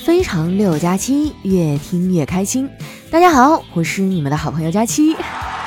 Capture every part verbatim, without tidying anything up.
非常六加七，越听越开心。大家好，我是你们的好朋友佳期。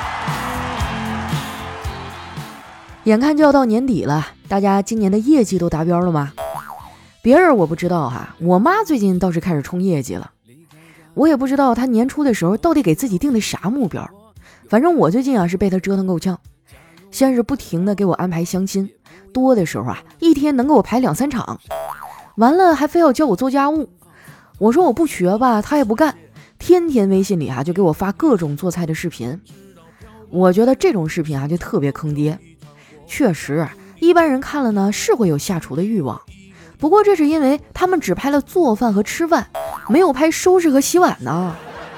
眼看就要到年底了，大家今年的业绩都达标了吗？别人我不知道哈，我妈最近倒是开始冲业绩了。我也不知道她年初的时候到底给自己定的啥目标，反正我最近啊是被她折腾够呛。先是不停的给我安排相亲，多的时候啊一天能给我排两三场，完了还非要教我做家务。我说我不学吧，她也不干，天天微信里啊就给我发各种做菜的视频。我觉得这种视频啊就特别坑爹。确实一般人看了呢是会有下厨的欲望，不过这是因为他们只拍了做饭和吃饭，没有拍收拾和洗碗呢。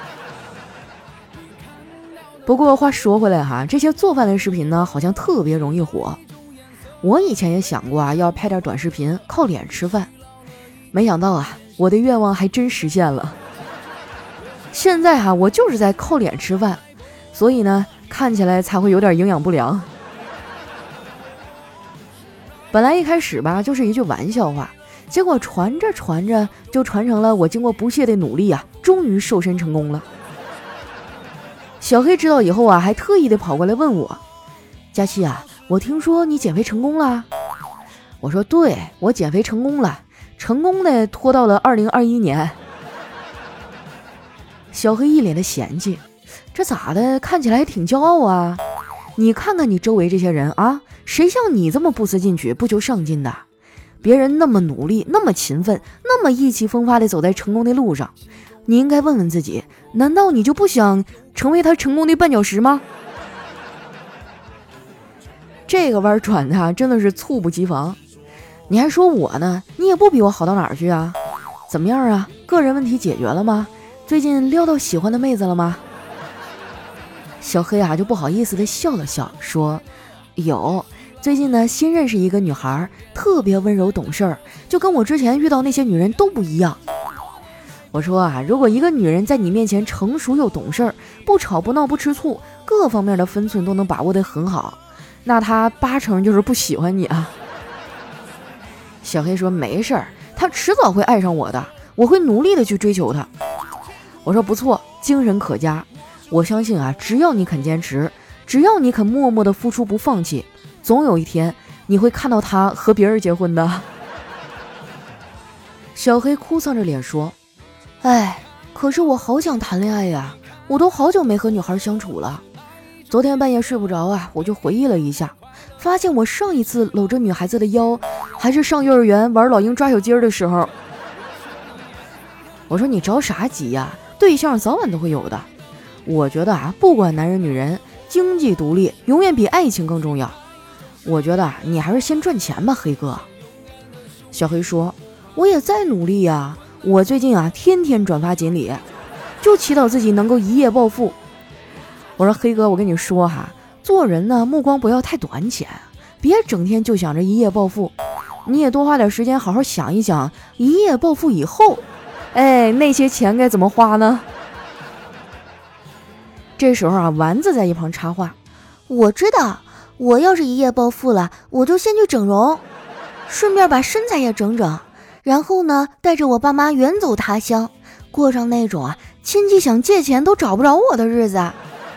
不过话说回来哈，这些做饭的视频呢好像特别容易火。我以前也想过啊要拍点短视频靠脸吃饭，没想到啊我的愿望还真实现了。现在哈我就是在靠脸吃饭，所以呢看起来才会有点营养不良。本来一开始吧就是一句玩笑话，结果传着传着就传成了我经过不懈的努力啊终于瘦身成功了。小黑知道以后啊还特意的跑过来问我，佳期啊，我听说你减肥成功了。我说对，我减肥成功了，成功的拖到了二零二一年。小黑一脸的嫌弃，这咋的，看起来挺骄傲啊。你看看你周围这些人啊，谁像你这么不思进取不求上进的？别人那么努力那么勤奋，那么意气风发的走在成功的路上，你应该问问自己，难道你就不想成为他成功的绊脚石吗？这个弯转的啊真的是猝不及防。你还说我呢，你也不比我好到哪儿去啊。怎么样啊，个人问题解决了吗？最近撩到喜欢的妹子了吗？小黑啊就不好意思的笑了笑，说有，最近呢新认识一个女孩，特别温柔懂事，就跟我之前遇到那些女人都不一样。我说啊，如果一个女人在你面前成熟又懂事，不吵不闹不吃醋，各方面的分寸都能把握得很好，那她八成就是不喜欢你啊。小黑说没事儿，她迟早会爱上我的，我会努力的去追求她。我说不错，精神可嘉。我相信啊，只要你肯坚持，只要你肯默默的付出不放弃，总有一天你会看到他和别人结婚的。小黑哭丧着脸说，哎，可是我好想谈恋爱呀，我都好久没和女孩相处了。昨天半夜睡不着啊，我就回忆了一下，发现我上一次搂着女孩子的腰还是上幼儿园玩老鹰抓小鸡儿的时候。我说你着啥急呀，对象早晚都会有的。我觉得啊，不管男人女人，经济独立永远比爱情更重要。我觉得啊，你还是先赚钱吧，黑哥。小黑说，我也在努力呀，我最近啊天天转发锦鲤，就祈祷自己能够一夜暴富。我说黑哥，我跟你说哈，做人呢目光不要太短浅，别整天就想着一夜暴富，你也多花点时间好好想一想，一夜暴富以后，哎，那些钱该怎么花呢？这时候啊，丸子在一旁插话， 我知道，我要是一夜暴富了，我就先去整容，顺便把身材也整整，然后呢带着我爸妈远走他乡，过上那种啊亲戚想借钱都找不着我的日子。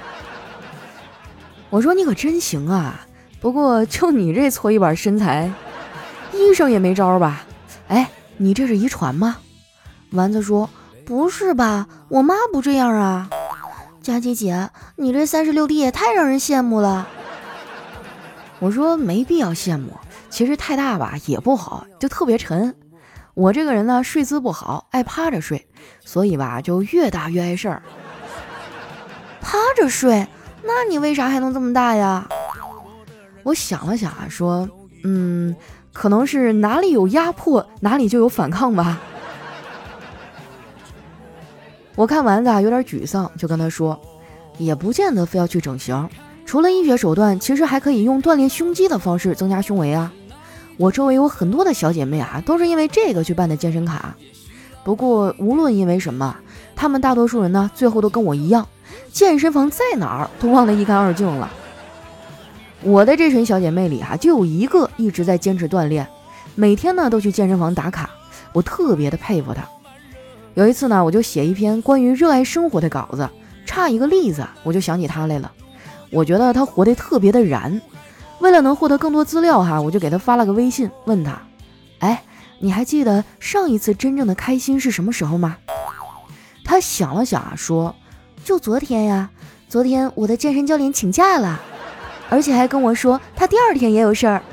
我说你可真行啊，不过就你这搓衣板身材，医生也没招吧？哎，你这是遗传吗？ 丸子说，不是吧，我妈不这样啊。佳琪姐，你这三十六 D 也太让人羡慕了。 我说没必要羡慕，其实太大吧也不好，就特别沉。我这个人呢睡姿不好，爱趴着睡，所以吧就越大越碍事儿。 趴着睡？那你为啥还能这么大呀？ 我想了想啊，说，嗯，可能是哪里有压迫，哪里就有反抗吧。我看丸子啊有点沮丧，就跟他说，也不见得非要去整形，除了医学手段，其实还可以用锻炼胸肌的方式增加胸围啊。我周围有很多的小姐妹啊，都是因为这个去办的健身卡。不过无论因为什么，他们大多数人呢，最后都跟我一样，健身房在哪儿都忘得一干二净了。我的这群小姐妹里啊，就有一个一直在坚持锻炼，每天呢都去健身房打卡，我特别的佩服她。 有一次呢，我就写一篇关于热爱生活的稿子，差一个例子，我就想起他来了。我觉得他活得特别的燃，为了能获得更多资料哈，我就给他发了个微信，问他，哎，你还记得上一次真正的开心是什么时候吗？他想了想啊，说， 就昨天呀，昨天我的健身教练请假了，而且还跟我说他第二天也有事儿。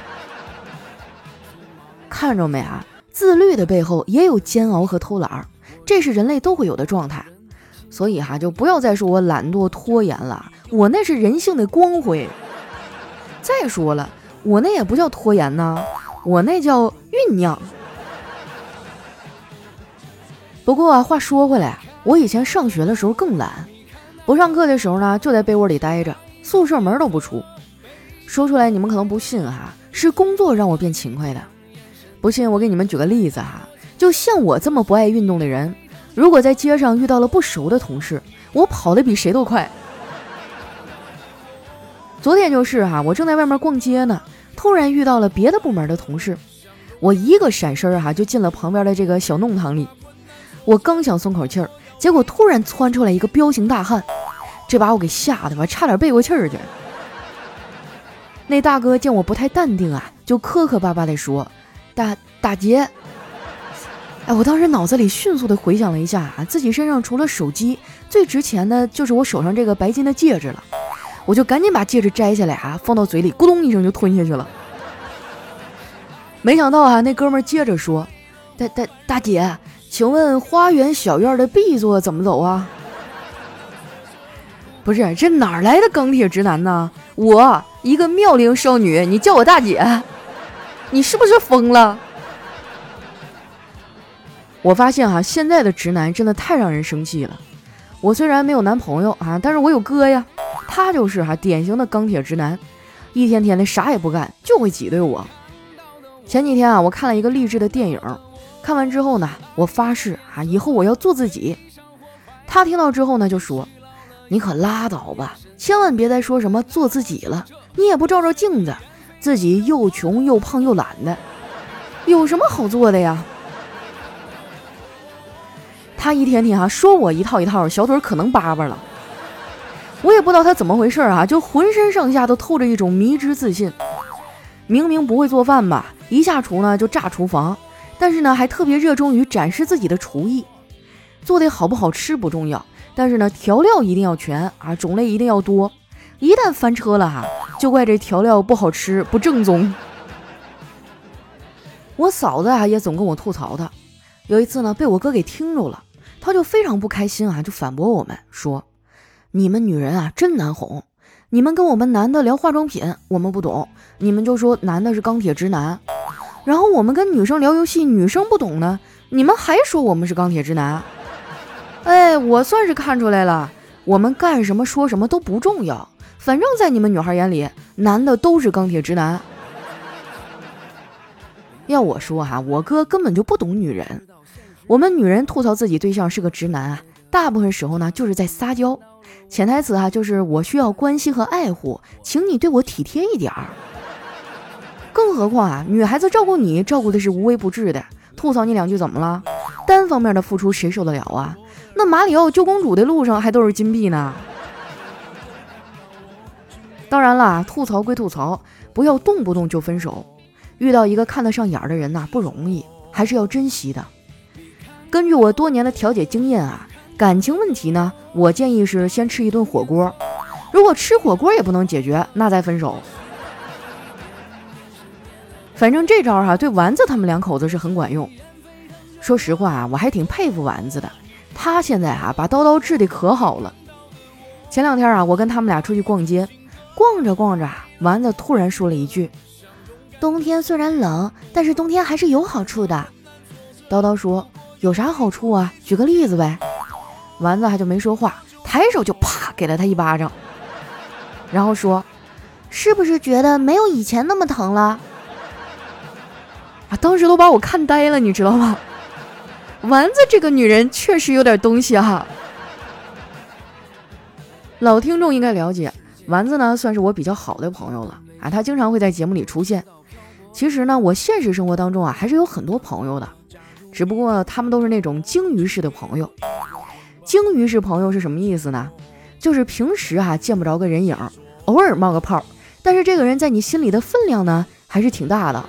看着没啊，自律的背后也有煎熬和偷懒，这是人类都会有的状态。所以哈，就不要再说我懒惰拖延了，我那是人性的光辉。再说了，我那也不叫拖延呢，我那叫酝酿。不过啊，话说回来，我以前上学的时候更懒，不上课的时候呢，就在被窝里待着，宿舍门都不出。说出来你们可能不信哈，是工作让我变勤快的。不信我给你们举个例子哈，就像我这么不爱运动的人，如果在街上遇到了不熟的同事，我跑得比谁都快。昨天就是哈，我正在外面逛街呢，突然遇到了别的部门的同事，我一个闪身哈就进了旁边的这个小弄堂里。我刚想松口气儿，结果突然窜出来一个彪形大汉，这把我给吓得吧，差点背过气儿去。那大哥见我不太淡定啊，就磕磕巴巴地说，大大姐。哎，我当时脑子里迅速地回想了一下啊，自己身上除了手机，最值钱的就是我手上这个白金的戒指了。我就赶紧把戒指摘下来啊，放到嘴里，咕咚一声就吞下去了。没想到啊，那哥们儿接着说，大大大姐，请问花园小院的 B 座怎么走啊？不是，这哪来的钢铁直男呢？我一个妙龄少女，你叫我大姐，你是不是疯了？我发现哈、啊，现在的直男真的太让人生气了。我虽然没有男朋友啊，但是我有哥呀，他就是哈、啊、典型的钢铁直男，一天天的啥也不干，就会挤兑我。前几天啊，我看了一个励志的电影，看完之后呢，我发誓啊，以后我要做自己。他听到之后呢，就说：“你可拉倒吧，千万别再说什么做自己了，你也不照照镜子，自己又穷又胖又懒的，有什么好做的呀？”他一天天啊说我一套一套，小腿可能叭叭了。我也不知道他怎么回事啊，就浑身上下都透着一种迷之自信。明明不会做饭吧，一下厨呢就炸厨房，但是呢还特别热衷于展示自己的厨艺。做的好不好吃不重要，但是呢调料一定要全啊，种类一定要多。一旦翻车了哈，就怪这调料不好吃不正宗。我嫂子啊也总跟我吐槽他，有一次呢被我哥给听着了。他就非常不开心啊，就反驳我们说，你们女人啊真难哄，你们跟我们男的聊化妆品我们不懂，你们就说男的是钢铁直男，然后我们跟女生聊游戏女生不懂呢，你们还说我们是钢铁直男。哎，我算是看出来了，我们干什么说什么都不重要，反正在你们女孩眼里男的都是钢铁直男。要我说哈、啊，我哥根本就不懂女人。我们女人吐槽自己对象是个直男啊，大部分时候呢就是在撒娇，潜台词啊就是我需要关心和爱护，请你对我体贴一点儿。更何况啊，女孩子照顾你照顾的是无微不至的，吐槽你两句怎么了？单方面的付出谁受得了啊？那马里奥救公主的路上还都是金币呢。当然啦，吐槽归吐槽，不要动不动就分手。遇到一个看得上眼的人呐、啊、不容易，还是要珍惜的。根据我多年的调解经验啊，感情问题呢，我建议是先吃一顿火锅，如果吃火锅也不能解决，那再分手。反正这招啊，对丸子他们两口子是很管用。说实话啊，我还挺佩服丸子的，他现在啊把叨叨治得可好了。前两天啊，我跟他们俩出去逛街，逛着逛着，丸子突然说了一句：“ 冬天虽然冷，但是冬天还是有好处的。” 叨叨说。有啥好处啊？举个例子呗。丸子还就没说话，抬手就啪给了他一巴掌，然后说：“ 是不是觉得没有以前那么疼了？” 啊，当时都把我看呆了，你知道吗？丸子这个女人确实有点东西哈。老听众应该了解，丸子呢算是我比较好的朋友了啊，她经常会在节目里出现。其实呢，我现实生活当中啊还是有很多朋友的。 只不过他们都是那种鲸鱼式的朋友。鲸鱼式朋友是什么意思呢？就是平时啊见不着个人影，偶尔冒个泡，但是这个人在你心里的分量呢还是挺大的。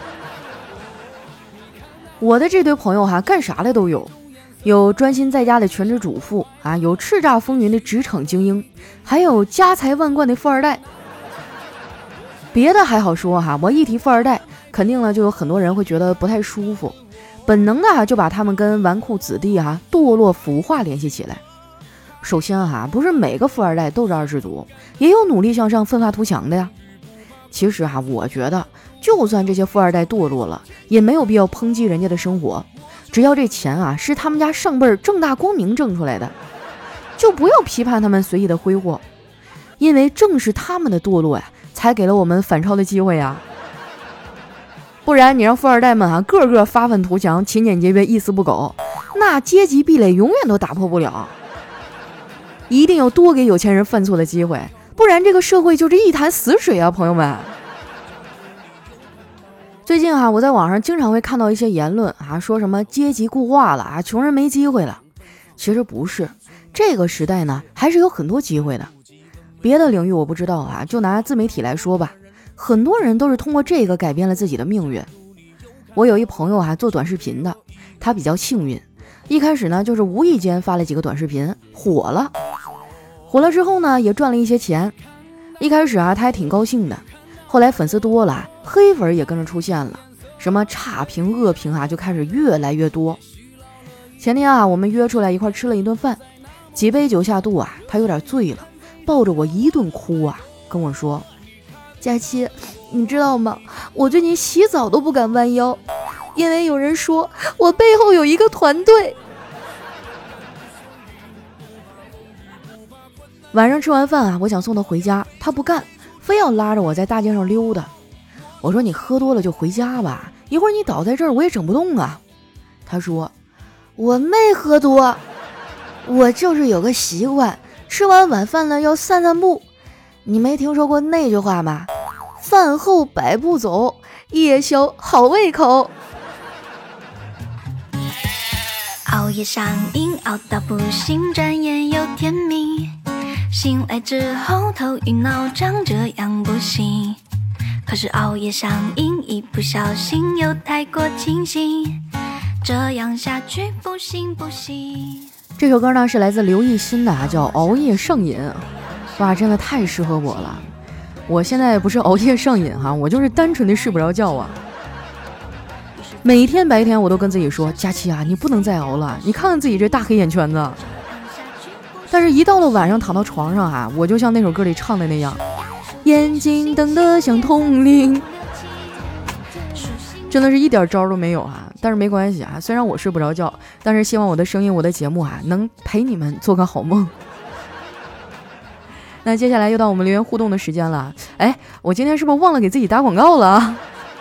我的这堆朋友哈、啊，干啥的都有，有专心在家的全职主妇啊，有叱咤风云的职场精英，还有家财万贯的富二代。别的还好说哈，我一提富二代，肯定呢就有很多人会觉得不太舒服，本能的、啊、就把他们跟纨绔子弟啊、堕落腐化联系起来。首先哈、啊，不是每个富二代都是二世祖，也有努力向上、奋发图强的呀。其实哈、啊，我觉得就算这些富二代堕落了，也没有必要抨击人家的生活，只要这钱啊是他们家上辈儿正大光明挣出来的，就不要批判他们随意的挥霍，因为正是他们的堕落呀，才给了我们反超的机会呀。不然你让富二代们啊个个发愤图强、勤俭节约、一丝不苟，那阶级壁垒永远都打破不了。一定要多给有钱人犯错的机会，不然这个社会就是一潭死水啊，朋友们。最近啊，我在网上经常会看到一些言论啊，说什么阶级固化了啊，穷人没机会了。其实不是，这个时代呢，还是有很多机会的。别的领域我不知道啊，就拿自媒体来说吧，很多人都是通过这个改变了自己的命运。我有一朋友啊，做短视频的，他比较幸运，一开始呢，就是无意间发了几个短视频，火了。火了之后呢，也赚了一些钱。一开始啊，他还挺高兴的。后来粉丝多了，黑粉也跟着出现了，什么差评、恶评啊，就开始越来越多。前天啊，我们约出来一块吃了一顿饭，几杯酒下肚啊，他有点醉了，抱着我一顿哭啊，跟我说：“佳期，你知道吗？我最近洗澡都不敢弯腰，因为有人说我背后有一个团队。”晚上吃完饭啊，我想送他回家，他不干，非要拉着我在大街上溜达。我说你喝多了就回家吧，一会儿你倒在这儿我也整不动啊。他说我没喝多，我就是有个习惯，吃完晚饭了要散散步。你没听说过那句话吗？饭后百步走，夜宵好胃口。 熬夜上瘾，熬到不行，转眼又天明。醒来之后头晕脑胀，这样不行。可是熬夜上瘾，一不小心又太过清醒，这样下去不行不行。 这首歌呢是来自刘奕欣的，叫《熬夜上瘾》。哇，真的太适合我了。我现在不是熬夜上瘾哈，我就是单纯的睡不着觉啊。每天白天我都跟自己说，佳期啊，你不能再熬了，你看看自己这大黑眼圈子。但是一到了晚上躺到床上啊，我就像那首歌里唱的那样，眼睛瞪得像铜铃，真的是一点招都没有啊。但是没关系啊，虽然我睡不着觉，但是希望我的声音我的节目啊能陪你们做个好梦。那接下来又到我们留言互动的时间了。哎，我今天是不是忘了给自己打广告了？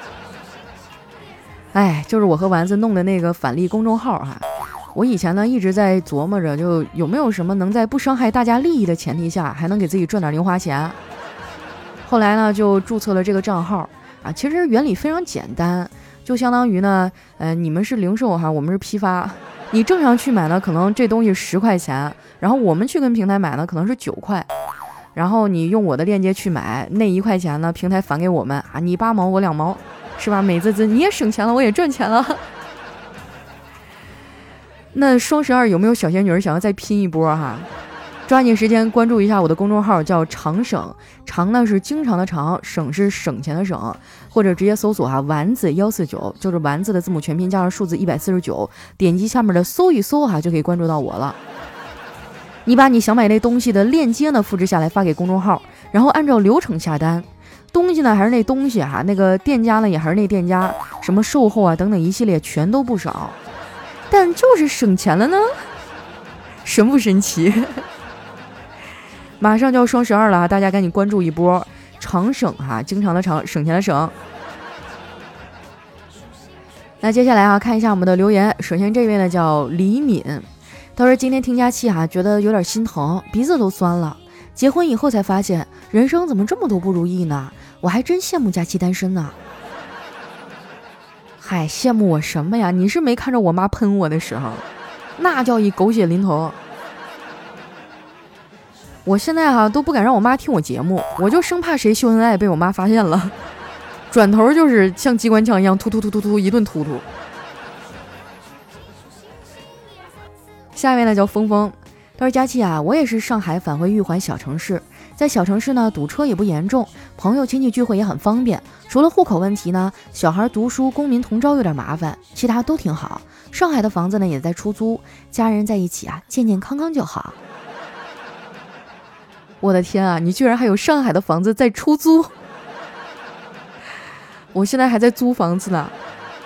哎，就是我和丸子弄的那个返利公众号哈、啊。我以前呢一直在琢磨着，就有没有什么能在不伤害大家利益的前提下，还能给自己赚点零花钱。后来呢就注册了这个账号啊，其实原理非常简单，就相当于呢，呃，你们是零售哈，我们是批发。你正常去买呢，可能这东西十块钱，然后我们去跟平台买呢，可能是九块。然后你用我的链接去买，那一块钱呢，平台返给我们啊，你八毛我两毛，是吧？美滋滋，你也省钱了，我也赚钱了。那双十二有没有小仙女想要再拼一波哈？抓紧时间关注一下我的公众号，叫常省，常呢是经常的常，省是省钱的省，或者直接搜索哈丸子一四九，就是丸子的字母全拼加上数字一百四十九，点击下面的搜一搜哈，就可以关注到我了。你把你想买那东西的链接呢复制下来发给公众号，然后按照流程下单。东西呢还是那东西啊，那个店家呢也还是那店家，什么售后啊等等一系列全都不少。但就是省钱了呢，神不神奇？马上就要双十二了，大家赶紧关注一波，常省哈，经常的常，省钱的省。那接下来啊，看一下我们的留言。首先这位呢叫李敏，他说今天听佳期哈、啊，觉得有点心疼，鼻子都酸了。结婚以后才发现，人生怎么这么多不如意呢？我还真羡慕佳期单身呢。 嗨，羡慕我什么呀？你是没看着我妈喷我的时候，那叫一狗血淋头。我现在哈、啊、都不敢让我妈听我节目，我就生怕谁秀恩爱被我妈发现了，转头就是像机关枪一样突突突突突一顿突突。下面呢叫峰峰，他说佳琪啊，我也是上海返回玉环小城市，在小城市呢堵车也不严重，朋友亲戚聚会也很方便，除了户口问题呢，小孩读书公民同招有点麻烦，其他都挺好。上海的房子呢也在出租，家人在一起啊健健康康就好。我的天啊，你居然还有上海的房子在出租，我现在还在租房子呢。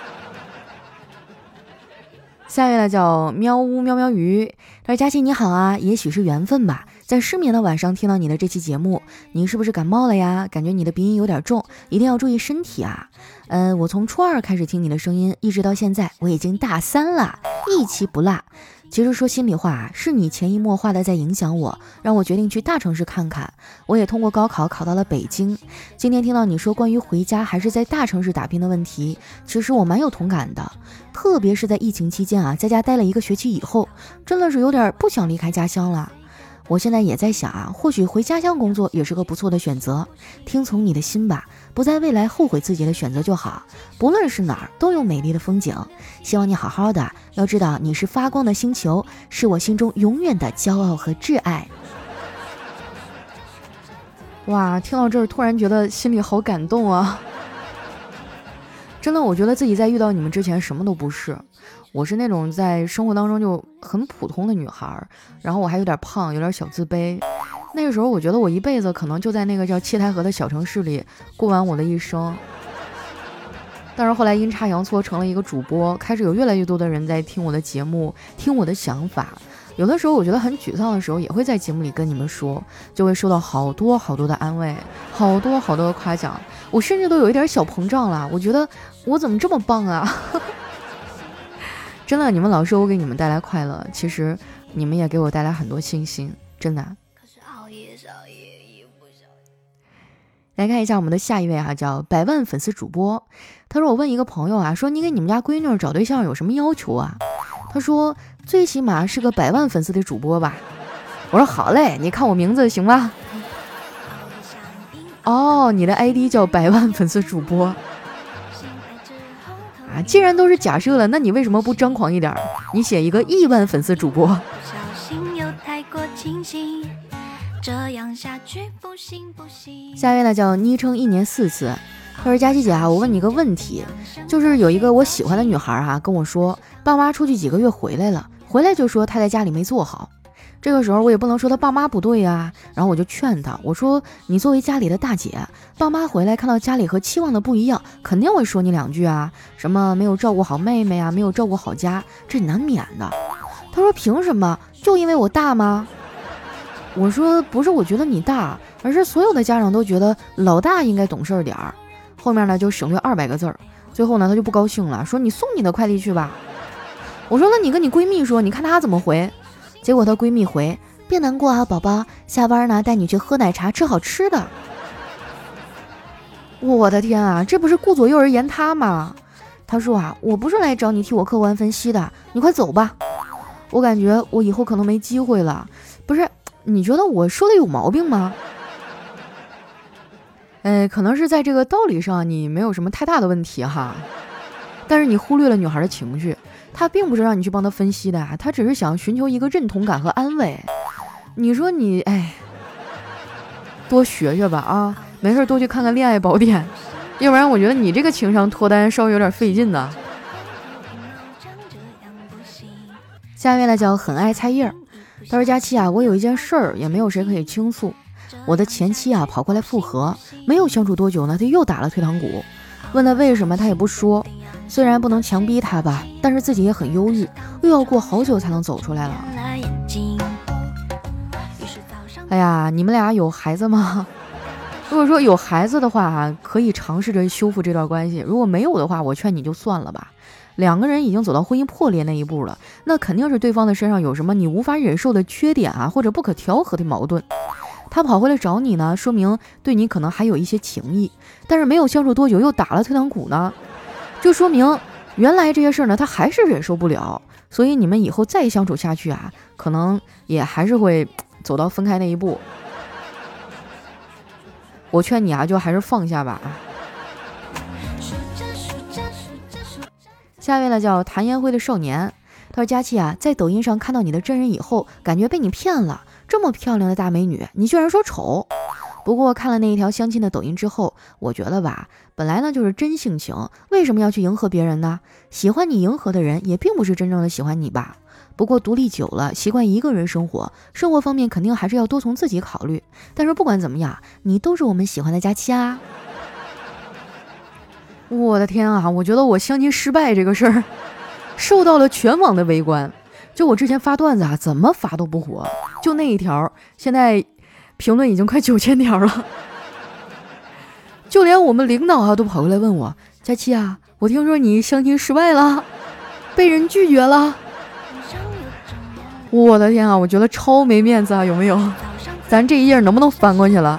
下面呢叫喵呜喵喵鱼，他说佳琪你好啊，也许是缘分吧，在失眠的晚上听到你的这期节目，你是不是感冒了呀？感觉你的鼻音有点重，一定要注意身体啊。嗯、呃，我从初二开始听你的声音，一直到现在，我已经大三了，一期不落。其实说心里话，是你潜移默化的在影响我，让我决定去大城市看看。我也通过高考考到了北京。今天听到你说关于回家还是在大城市打拼的问题，其实我蛮有同感的。特别是在疫情期间啊，在家待了一个学期以后，真的是有点不想离开家乡了。我现在也在想啊，或许回家乡工作也是个不错的选择。听从你的心吧，不在未来后悔自己的选择就好。不论是哪儿，都有美丽的风景。希望你好好的，要知道你是发光的星球，是我心中永远的骄傲和挚爱。哇，听到这儿突然觉得心里好感动啊！真的，我觉得自己在遇到你们之前什么都不是。我是那种在生活当中就很普通的女孩，然后我还有点胖，有点小自卑。那个时候我觉得我一辈子可能就在那个叫七台河的小城市里过完我的一生。但是后来阴差阳错成了一个主播，开始有越来越多的人在听我的节目，听我的想法。有的时候我觉得很沮丧的时候，也会在节目里跟你们说，就会收到好多好多的安慰，好多好多的夸奖。我甚至都有一点小膨胀了，我觉得我怎么这么棒啊！真的，你们老说我给你们带来快乐，其实你们也给我带来很多信心，真的。来看一下我们的下一位啊，叫百万粉丝主播。他说我问一个朋友啊，说你给你们家闺女找对象有什么要求啊？他说最起码是个百万粉丝的主播吧。我说好嘞，你看我名字行吧？哦，你的 I D 叫百万粉丝主播啊，既然都是假设了，那你为什么不张狂一点？你写一个亿万粉丝主播。这样下去不行不行。下一位呢叫昵称一年四次。他说佳琪姐啊，我问你个问题，就是有一个我喜欢的女孩啊跟我说，爸妈出去几个月回来了，回来就说她在家里没做好。这个时候我也不能说她爸妈不对啊，然后我就劝她，我说你作为家里的大姐，爸妈回来看到家里和期望的不一样，肯定会说你两句啊，什么没有照顾好妹妹啊，没有照顾好家，这难免的。他说凭什么？就因为我大吗？我说不是，我觉得你大，而是所有的家长都觉得老大应该懂事点儿。后面呢就省略二百个字儿，最后呢他就不高兴了，说你送你的快递去吧。我说那你跟你闺蜜说，你看她怎么回。结果她闺蜜回，别难过啊宝宝，下班呢带你去喝奶茶吃好吃的。我的天啊，这不是顾左右而言他吗？他说啊，我不是来找你替我客观分析的，你快走吧。我感觉我以后可能没机会了。不是，你觉得我说的有毛病吗？呃，可能是在这个道理上你没有什么太大的问题哈，但是你忽略了女孩的情绪，她并不是让你去帮她分析的，她只是想寻求一个认同感和安慰。你说你，哎，多学学吧啊，没事多去看看恋爱宝典，要不然我觉得你这个情商脱单稍微有点费劲呢。下一位呢叫很爱菜叶儿。他说佳期啊，我有一件事儿也没有谁可以倾诉。我的前妻啊跑过来复合，没有相处多久呢，他又打了退堂鼓。问他为什么，他也不说。虽然不能强逼他吧，但是自己也很忧郁，又要过好久才能走出来了。哎呀，你们俩有孩子吗？如果说有孩子的话啊，可以尝试着修复这段关系。如果没有的话，我劝你就算了吧。两个人已经走到婚姻破裂那一步了，那肯定是对方的身上有什么你无法忍受的缺点啊，或者不可调和的矛盾。他跑回来找你呢，说明对你可能还有一些情谊，但是没有相处多久又打了退堂鼓呢，就说明原来这些事儿呢，他还是忍受不了，所以你们以后再相处下去啊，可能也还是会走到分开那一步。我劝你啊，就还是放下吧。下一位呢叫谭延辉的少年，他说佳期啊，在抖音上看到你的真人以后，感觉被你骗了，这么漂亮的大美女，你居然说丑。不过看了那一条相亲的抖音之后，我觉得吧，本来呢就是真性情，为什么要去迎合别人呢？喜欢你迎合的人也并不是真正的喜欢你吧。不过独立久了，习惯一个人生活，生活方面肯定还是要多从自己考虑。但是不管怎么样，你都是我们喜欢的佳期啊。我的天啊，我觉得我相亲失败这个事儿受到了全网的围观。就我之前发段子啊，怎么发都不火，就那一条现在评论已经快九千条了。就连我们领导啊都跑过来问我，佳期啊，我听说你相亲失败了，被人拒绝了。我的天啊，我觉得超没面子啊，有没有？咱这一页能不能翻过去了？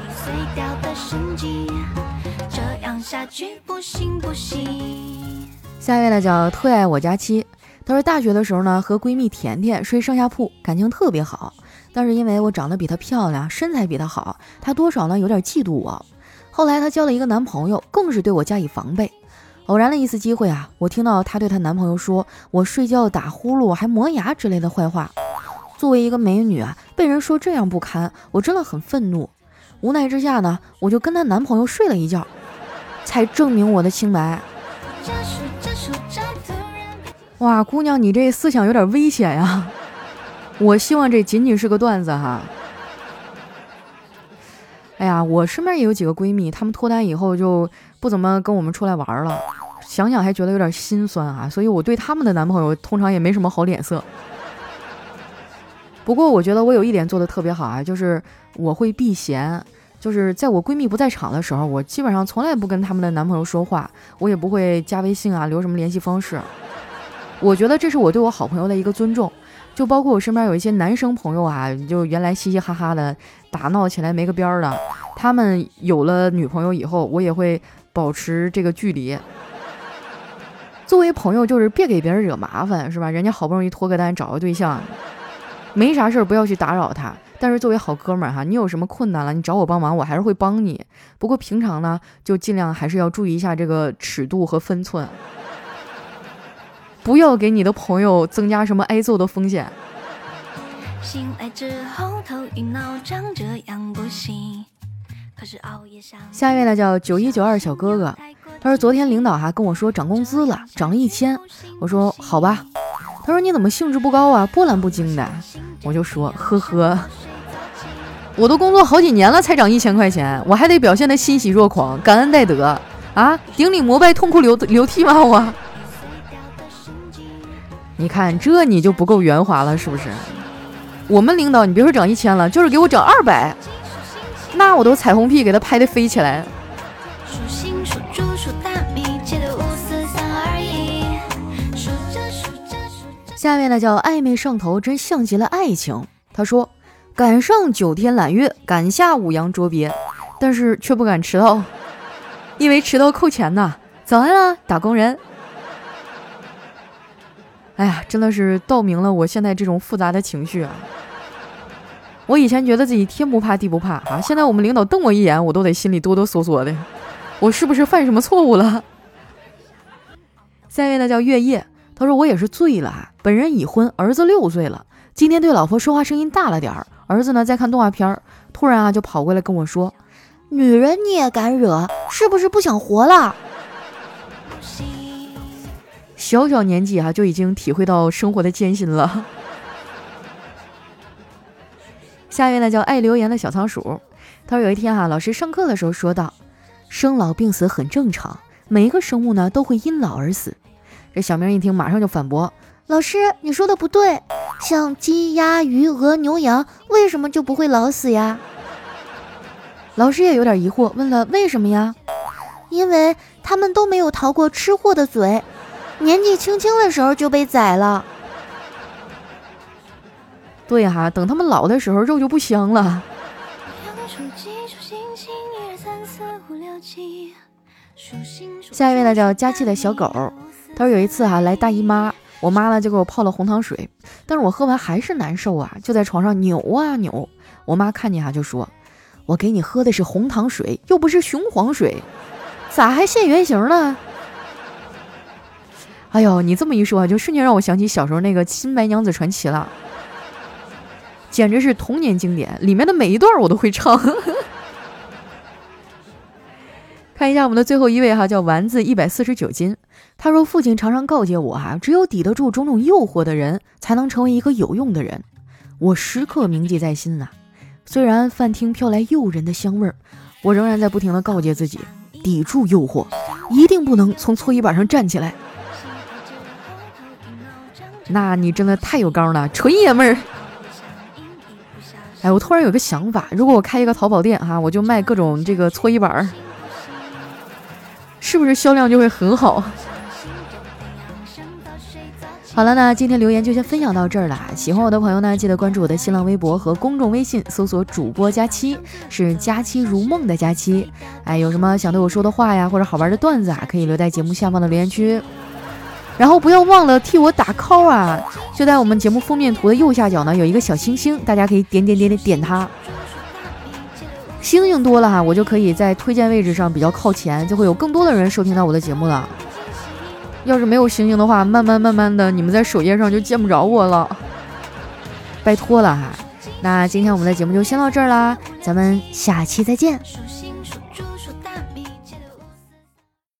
下一位呢叫特爱我佳期，她说大学的时候呢，和闺蜜甜甜睡上下铺，感情特别好。但是因为我长得比她漂亮，身材比她好，她多少呢有点嫉妒我。后来她交了一个男朋友，更是对我加以防备。偶然的一次机会啊，我听到她对她男朋友说我睡觉打呼噜还磨牙之类的坏话。作为一个美女啊，被人说这样不堪，我真的很愤怒。无奈之下呢，我就跟她男朋友睡了一觉，才证明我的清白。哇，姑娘，你这思想有点危险呀！我希望这仅仅是个段子哈。哎呀，我身边也有几个闺蜜，她们脱单以后就不怎么跟我们出来玩了，想想还觉得有点心酸啊。所以我对她们的男朋友通常也没什么好脸色。不过我觉得我有一点做的特别好啊，就是我会避嫌，就是在我闺蜜不在场的时候，我基本上从来不跟她们的男朋友说话，我也不会加微信啊，留什么联系方式。我觉得这是我对我好朋友的一个尊重。就包括我身边有一些男生朋友啊，就原来嘻嘻哈哈的打闹起来没个边儿的，他们有了女朋友以后，我也会保持这个距离。作为朋友，就是别给别人惹麻烦，是吧？人家好不容易脱个单找个对象，没啥事儿不要去打扰他。但是作为好哥们儿哈，你有什么困难了，你找我帮忙，我还是会帮你。不过平常呢，就尽量还是要注意一下这个尺度和分寸。不要给你的朋友增加什么挨揍的风险。醒来之后头晕脑胀，这样不行。可是熬夜上下一位呢叫九一九二小哥哥，他说昨天领导还跟我说涨工资了，涨了一千。我说好吧。他说你怎么兴致不高啊，波澜不惊的。我就说呵呵，我都工作好几年了才涨一千块钱，我还得表现得欣喜若狂，感恩戴德啊，顶礼膜拜，痛哭流流涕吗我？你看这你就不够圆滑了是不是？我们领导你别说涨一千了，就是给我涨二百，那我都彩虹屁给他拍得飞起来。下面呢叫暧昧上头，真像极了爱情。他说赶上九天揽月，赶下五洋捉鳖，但是却不敢迟到，因为迟到扣钱呐。早安啊，打工人。哎呀，真的是道明了我现在这种复杂的情绪啊！我以前觉得自己天不怕地不怕啊，现在我们领导瞪我一眼，我都得心里哆哆嗦嗦的，我是不是犯什么错误了？下一位呢叫月夜，他说我也是醉了啊，本人已婚，儿子六岁了，今天对老婆说话声音大了点儿，儿子呢在看动画片，突然啊就跑过来跟我说：“ 女人你也敢惹，是不是不想活了？” 小小年纪啊，就已经体会到生活的艰辛了。下一位呢叫爱留言的小仓鼠，他说有一天啊，老师上课的时候说到，生老病死很正常，每一个生物呢都会因老而死。这小明一听，马上就反驳：“ 老师，你说的不对，像鸡、鸭、鱼、鹅、牛、羊，为什么就不会老死呀？” 老师也有点疑惑，问了为什么呀？ 因为他们都没有逃过吃货的嘴。年纪轻轻的时候就被宰了。 对哈、啊，等他们老的时候肉就不香了。下一位呢叫佳期的小狗， 他说有一次啊来大姨妈，我妈呢就给我泡了红糖水，但是我喝完还是难受啊，就在床上扭啊扭。我妈看见啊就说，我给你喝的是红糖水，又不是雄黄水，咋还现原形呢？哎呦，你这么一说啊，就瞬间让我想起小时候那个《新白娘子传奇》了，简直是童年经典，里面的每一段我都会唱。看一下我们的最后一位哈，叫丸子一百四十九斤。他说父亲常常告诫我哈，只有抵得住种种诱惑的人，才能成为一个有用的人。我时刻铭记在心呐、啊。虽然饭厅飘来诱人的香味儿，我仍然在不停地告诫自己，抵住诱惑，一定不能从搓衣板上站起来。那你真的太有刚了，纯爷们儿。哎，我突然有个想法，如果我开一个淘宝店哈，我就卖各种这个搓衣板，是不是销量就会很好？好了，那今天留言就先分享到这儿了。喜欢我的朋友呢，记得关注我的新浪微博和公众微信，搜索主播佳期，是佳期如梦的佳期。哎，有什么想对我说的话呀，或者好玩的段子啊，可以留在节目下方的留言区。然后不要忘了替我打 call 啊！就在我们节目封面图的右下角呢，有一个小星星，大家可以点点点点点它。星星多了哈，我就可以在推荐位置上比较靠前，就会有更多的人收听到我的节目了。要是没有星星的话，慢慢慢慢的，你们在首页上就见不着我了，拜托了哈。那今天我们的节目就先到这儿啦，咱们下期再见。